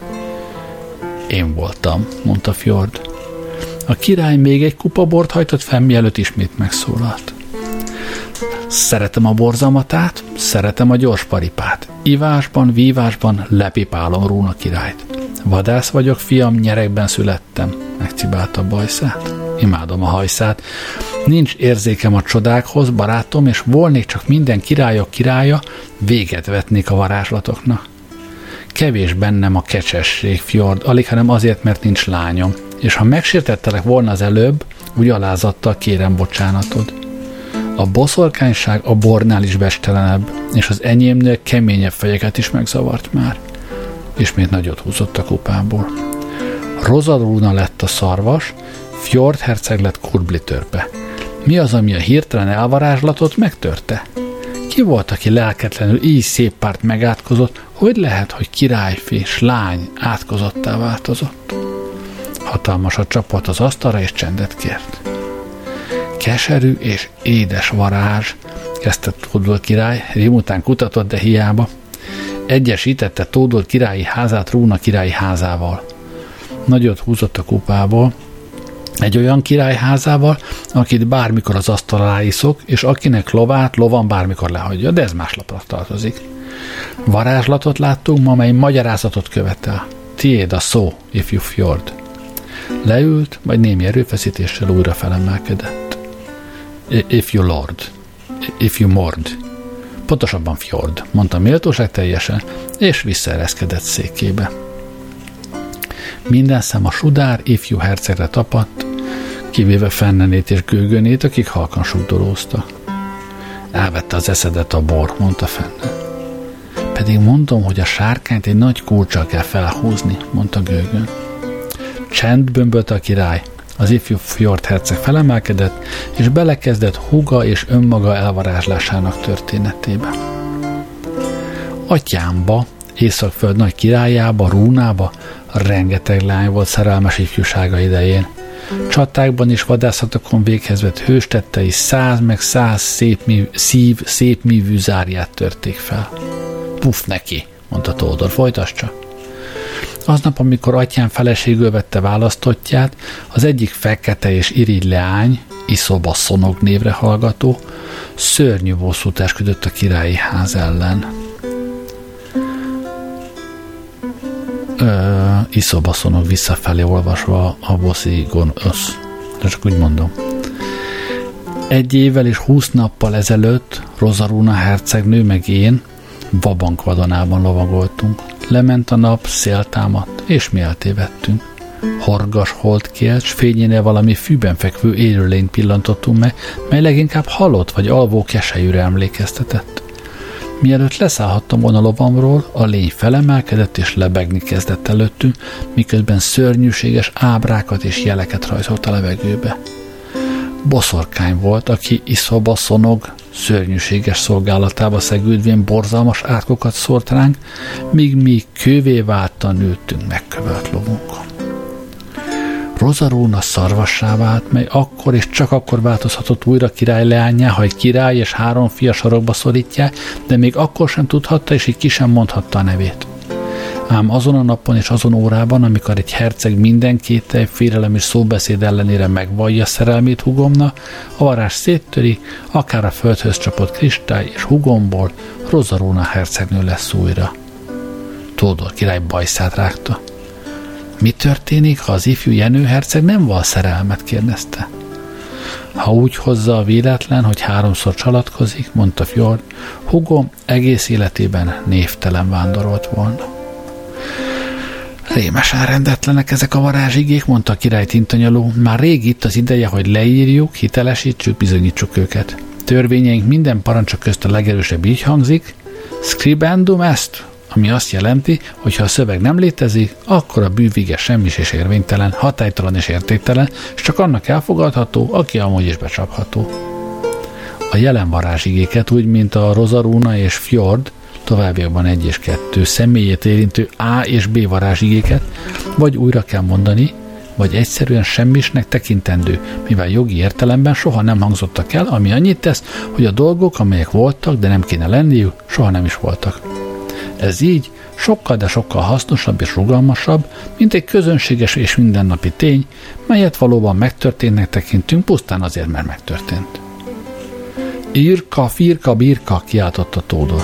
Én voltam, mondta Fjord. A király még egy kupa bort hajtott fel, mielőtt ismét megszólalt. Szeretem a borzamatát, szeretem a gyors paripát. Ivásban, vívásban lepipálom Rúna királyt. Vadász vagyok, fiam, nyerekben születtem, megcibálta a bajszát. Imádom a hajszát. Nincs érzékem a csodákhoz, barátom, és volnék csak minden királyok királya, véget vetnék a varázslatoknak. Kevés bennem a kecsesség, Fjord, alig, hanem azért, mert nincs lányom, és ha megsértettelek volna az előbb, úgy alázattal kérem bocsánatod. A boszorkányság a bornál is bestelenebb, és az enyémnél keményebb fejeket is megzavart már. Ismét nagyot húzott a kupából. Rozaruna lett a szarvas, Fjord herceg lett Kurbli törpe. Mi az, ami a hirtelen elvarázslatot megtörte? Ki volt, aki lelketlenül így szép párt megátkozott, hogy lehet, hogy királyfi s lány átkozottá változott? Hatalmasat csapott az asztalra, és csendet kért. Keserű és édes varázs, kezdte Tódor király, rém után kutatott, de hiába. Egyesítette Tódor királyi házát Rúna királyi házával. Nagyot húzott a kupából, egy olyan király házával, akit bármikor az asztal alá iszok, és akinek lovát lovan bármikor lehagyja, de ez más lapra tartozik. Varázslatot láttunk ma, mely magyarázatot követel. Tiéd a szó, ifjú Fjord. Leült, majd némi erőfeszítéssel újra felemelkedett. Ifjú lord, ifjú mord, Pontosabban Fjord, mondta méltóság teljesen, és visszaereszkedett székébe. Minden szem a sudár ifjú hercegre tapadt, kivéve Fennenét és Gőgönét, akik halkan sugdolóztak. Elvette az eszedet a bor, mondta Fenne. Pedig mondom, hogy a sárkányt egy nagy kulccsal kell felhúzni, mondta Gőgön. Csend, bömbölte a király. Az ifjú Fjord herceg felemelkedett, és belekezdett húga és önmaga elvarázslásának történetébe. Atyámba, Északföld nagy királyába, Rúnába rengeteg lány volt szerelmes ifjúsága idején. Csatákban és vadászatokon véghez vett hőstettei 100 meg 100 szépmívű zárját törték fel. Puff neki, mondta Tódor, folytasd csak. Aznap, amikor atyám feleségül vette választottját, az egyik fekete és irigy leány, Iszobasszonog névre hallgató, szörnyű bosszút esküdött a királyi ház ellen. Iszobasszonog visszafelé olvasva a boszi gonosz. De csak úgy mondom. 1 évvel és 20 nappal ezelőtt Rozaruna hercegnő meg én Vabankvadonában lovagoltunk. Lement a nap, szél támadt, és mi eltévedtünk. Horgas holdkilt, s fényénél valami fűben fekvő élőlényt pillantottunk meg, mely leginkább halott vagy alvó keselyűre emlékeztetett. Mielőtt leszállhattam volna lovamról, a lény felemelkedett és lebegni kezdett előttünk, miközben szörnyűséges ábrákat és jeleket rajzolt a levegőbe. Boszorkány volt, aki Iszobasszonog szörnyűséges szolgálatába szegődvén borzalmas árkokat szórt ránk, míg mi kővé váltan ültünk megkövelt lovunkon. Rozaruna szarvassá vált, mely akkor és csak akkor változhatott újra király leányá, ha egy király és 3 fia sarokba szorítják, de még akkor sem tudhatta, és így ki sem mondhatta a nevét. Ám azon a napon és azon órában, amikor egy herceg minden kételj, félelem és szóbeszéd ellenére megvallja szerelmét hugomna, a varázs széttöri, akár a földhöz csapott kristály, és hugomból Rozaruna hercegnő lesz újra. Tódor király bajszát rágta. Mi történik, ha az ifjú Jenő herceg nem val szerelmet, kérdezte. Ha úgy hozza a véletlen, hogy 3-szor csalatkozik, mondta Fjord, hugom egész életében névtelen vándorolt volna. Rémesen rendetlenek ezek a varázsigék, mondta a király tintanyaló. Már rég itt az ideje, hogy leírjuk, hitelesítsük, bizonyítsuk őket. Törvényeink minden parancsa közt a legerősebb így hangzik, scribendum est, ami azt jelenti, hogy ha a szöveg nem létezik, akkor a bűvige semmis és érvénytelen, hatálytalan és értéktelen, és csak annak elfogadható, aki amúgy is becsapható. A jelen varázsigéket úgy, mint a Rozaruna és Fjord, továbbiakban 1 és 2 személyét érintő A és B varázsigéket, vagy újra kell mondani, vagy egyszerűen semmisnek tekintendő, mivel jogi értelemben soha nem hangzottak el, ami annyit tesz, hogy a dolgok, amelyek voltak, de nem kéne lenniük, soha nem is voltak. Ez így sokkal, de sokkal hasznosabb és rugalmasabb, mint egy közönséges és mindennapi tény, melyet valóban megtörténnek tekintünk pusztán azért, mert megtörtént. Írka, firka, birka, kiáltotta Tódor.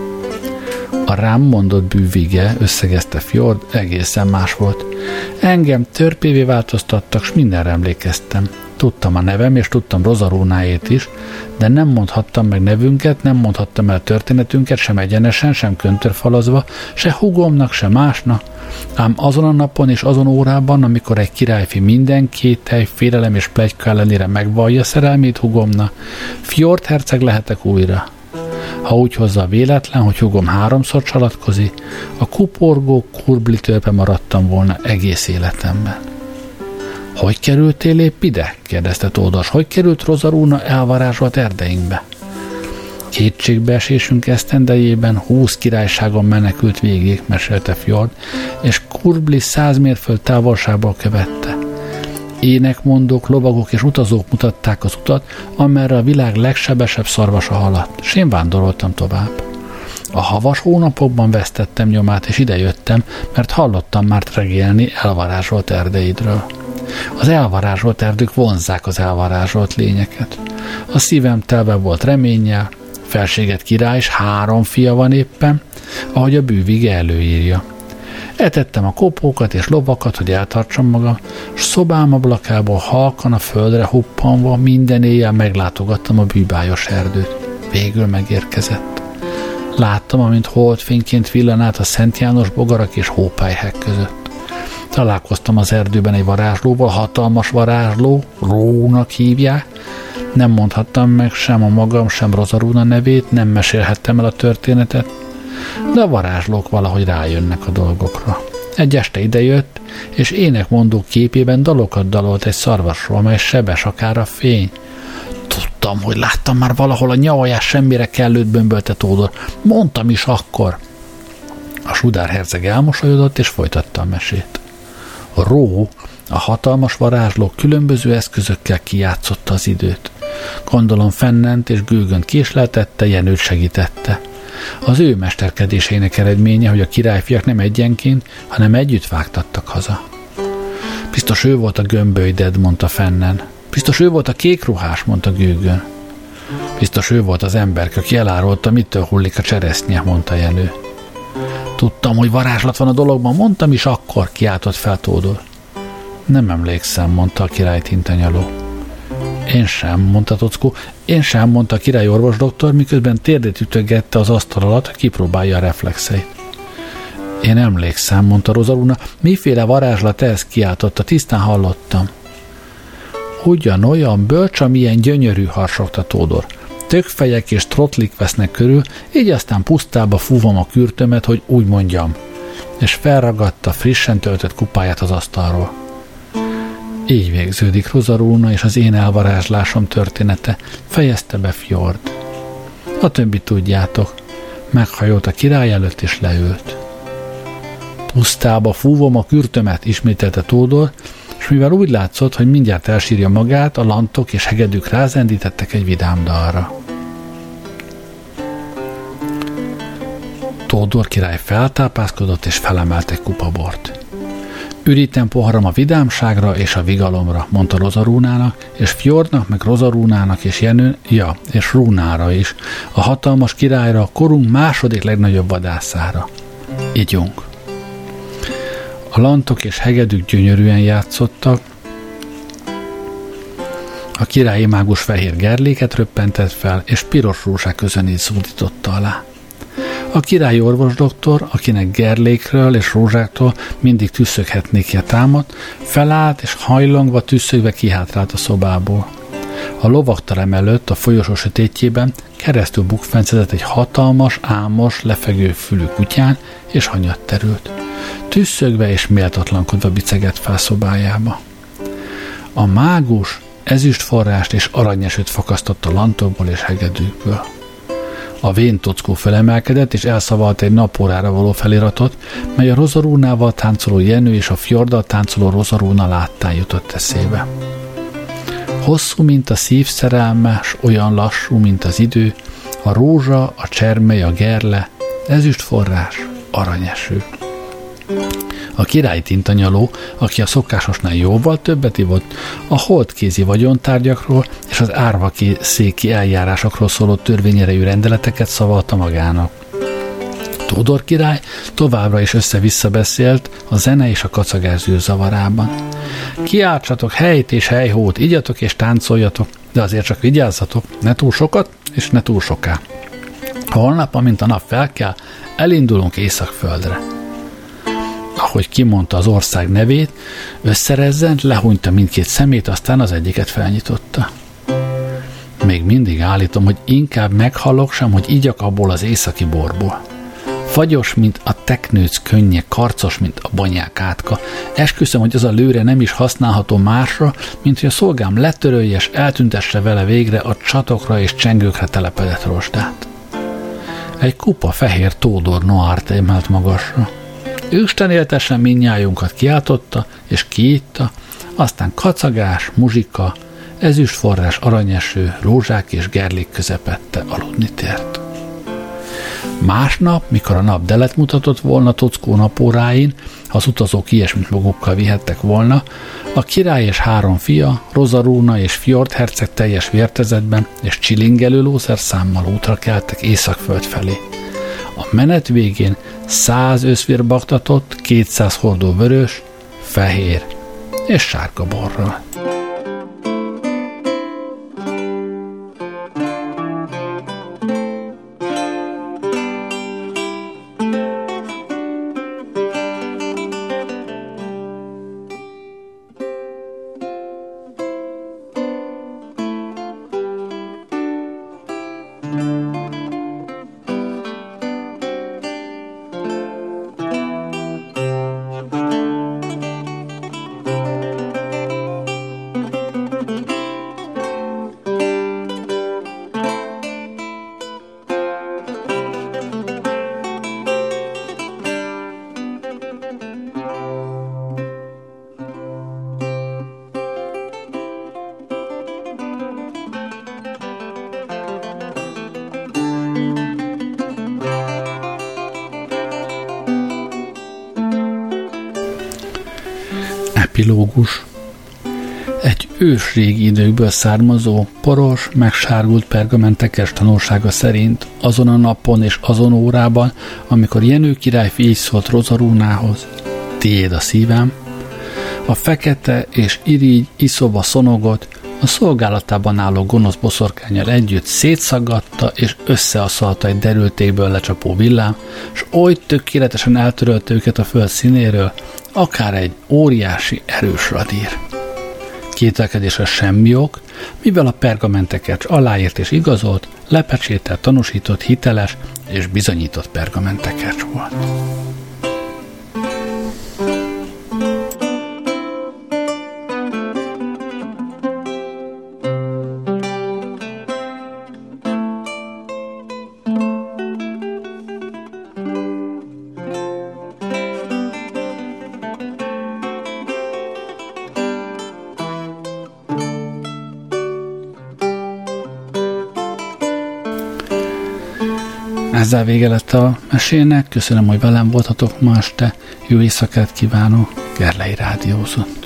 A rám mondott bűvige, összegezte Fjord, egészen más volt. Engem törpévé változtattak, s mindenre emlékeztem. Tudtam a nevem, és tudtam Rozarunáét is, de nem mondhattam meg nevünket, nem mondhattam el történetünket, sem egyenesen, sem köntörfalazva, se hugomnak, se másnak. Ám azon a napon és azon órában, amikor egy királyfi minden kételj, félelem és pletyka ellenére megvallja szerelmét hugomnak, Fjord herceg lehetek újra. Ha úgy hozza a véletlen, hogy hugom 3-szor csalatkozik, a kuporgó kurbli törpe maradtam volna egész életemben. Hogy kerültél épp ide? kérdezte Tódor. Hogy került Rozaruna elvarázsolt erdeinkbe? Kétségbeesésünk esztendejében 20 királyságon menekült végig, mesélte Fjord, és kurbli 100 mérföld távolságból követte. Énekmondók, lovagok és utazók mutatták az utat, amerre a világ legsebesebb szarvasa haladt, s én vándoroltam tovább. A havas hónapokban vesztettem nyomát, és idejöttem, mert hallottam már regélni elvarázsolt erdeidről. Az elvarázsolt erdők vonzzák az elvarázsolt lényeket. A szívem telve volt reménnyel, felséget király, és 3 fia van éppen, ahogy a bűvige előírja. Etettem a kopókat és lovakat, hogy eltartsam magam, s szobám ablakából halkan a földre huppanva minden éjjel meglátogattam a bűbájos erdőt. Végül megérkezett. Láttam, amint holdfényként villan át a Szent János bogarak és hópelyhek között. Találkoztam az erdőben egy varázslóval, hatalmas varázsló, Rónak hívják. Nem mondhattam meg sem a magam, sem Rozaruna nevét, nem mesélhettem el a történetet, de a varázslók valahogy rájönnek a dolgokra. Egy este idejött, és énekmondó képében dalokat dalolt egy szarvasról, amely sebes akár a fény. Tudtam, hogy láttam már valahol a nyavajás semmire kellőt bömbölte Tódor. Mondtam is akkor. A Sudár herceg elmosolyodott, és folytatta a mesét. Ró, a hatalmas varázsló különböző eszközökkel kijátszotta az időt. Gondolom Fennent és Gőgönt késleltette, Jenőt segítette. Az ő mesterkedésének eredménye, hogy a királyfiak nem egyenként, hanem együtt vágtattak haza. Biztos ő volt a gömbölyded, mondta Fennen. Biztos ő volt a kékruhás, mondta Gőgön. Biztos ő volt az emberke, aki elárulta, mitől hullik a cseresznye, mondta Jenő. Tudtam, hogy varázslat van a dologban, mondtam is akkor, kiáltott fel Tódor. Nem emlékszem, mondta a király tintanyaló. Én sem, mondta Tockó. Én sem, mondta a király orvosdoktor, miközben térdét ütögette az asztal alatt, hogy kipróbálja a reflexeit. Én emlékszem, mondta Rozaluna. Miféle varázslat ez, kiáltotta, tisztán hallottam. Ugyanolyan bölcs, amilyen gyönyörű, harsogta Tódor. Tökfejek és trotlik vesznek körül, így aztán pusztába fúvom a kürtömet, hogy úgy mondjam. És felragadta frissen töltött kupáját az asztalról. Így végződik Rozaruna és az én elvarázslásom története, fejezte be Fjord. A többi tudjátok. Meghajolt a király előtt és leült. Pusztába fúvom a kürtömet, ismételte Tódor, és mivel úgy látszott, hogy mindjárt elsírja magát, a lantok és hegedűk rázendítettek egy vidám dalra. Tódor király feltápászkodott és felemelt egy kupa bort. Ürítem poharam a vidámságra és a vigalomra, mondta Rozarunának, és Fjordnak, meg Rozarunának és és Rúnára is, a hatalmas királyra, a korunk második legnagyobb vadászára. Igyunk. A lantok és hegedűk gyönyörűen játszottak, a királyi mágus fehér gerléket röppentett fel, és piros rózsák közönét szúdította alá. A királyi orvosdoktor, akinek gerlékről és rózsáktól mindig tüsszöghetnékje támadt, felállt és hajlongva tüsszögve kihátrált a szobából. A lovagterem előtt, a folyosó sötétjében keresztül bukfencezett egy hatalmas, álmos, lefegő fülű kutyán, és hanyat terült. Tüsszögve és méltatlankodva bicegett fel szobájába. A mágus ezüstforrást és aranyesőt fakasztott a lantokból és hegedűkből. A vén Tockó felemelkedett, és elszavalt egy napórára való feliratot, mely a Rozarunával táncoló Jenő és a Fjorddal táncoló Rozaruna láttán jutott eszébe. Hosszú, mint a szív szerelmes, olyan lassú, mint az idő, a rózsa, a csermely, a gerle, ezüstforrás, aranyeső. A király tintanyaló, aki a szokásosnál jóval többet ivott, a holdkézi vagyontárgyakról és az árvaszéki eljárásokról szóló törvényerejű rendeleteket szavalta magának. Tódor király továbbra is össze-vissza beszélt a zene és a kacagás zűrzavarában. Kiáltsatok helyt és helyhót, igyatok és táncoljatok, de azért csak vigyázzatok, ne túl sokat és ne túl soká. Holnap, amint a nap felkel, elindulunk Északföldre. Ahogy kimondta az ország nevét, összerezzent, lehúnyta mindkét szemét, aztán az egyiket felnyitotta. Még mindig állítom, hogy inkább meghalok sem, hogy igyak abból az északi borból. Fagyos, mint a teknőc könnye, karcos, mint a banyák átka. Esküszöm, hogy az a lőre nem is használható másra, mint hogy a szolgám letörölje és eltüntesse vele végre a csatokra és csengőkre telepedett rozsdát. Egy kupa fehér Tódor Noárt emelt magasra. Isten éltessen mindnyájunkat, kiáltotta és kiitta, aztán kacagás, muzsika, ezüstforrás, aranyeső, rózsák és gerlék közepette aludni tért. Másnap, mikor a nap delet mutatott volna Tockó napóráin, ha az utazók ilyesmit magukkal vihettek volna, a király és 3 fia, Rozaruna és Fjord herceg teljes vértezetben és csilingelő lószerszámmal útra keltek Északföld felé. A menet végén 100 összvér baktatott, 200 hordó vörös, fehér és sárga borral. Epilógus. Egy ősrégi időkből származó, poros, megsárgult pergamentekes tanulsága szerint azon a napon és azon órában, amikor Jenő királyfi így szólt Rozarúnához: tiéd a szívem, a fekete és irigy iszoba szonogot a szolgálatában álló gonosz boszorkánnyal együtt szétszaggatta és összeasszalta egy derültékből lecsapó villám, s oly tökéletesen eltörölte őket a föld színéről, akár egy óriási erős radír. Kételkedésre semmi ok, mivel a pergamenteket aláírt és igazolt, lepecsételt, tanúsított, hiteles és bizonyított pergamentekert volt. Ezzel vége lett a mesének. Köszönöm, hogy velem voltatok ma este. Jó éjszakát kívánok. Gerlei rádiózott.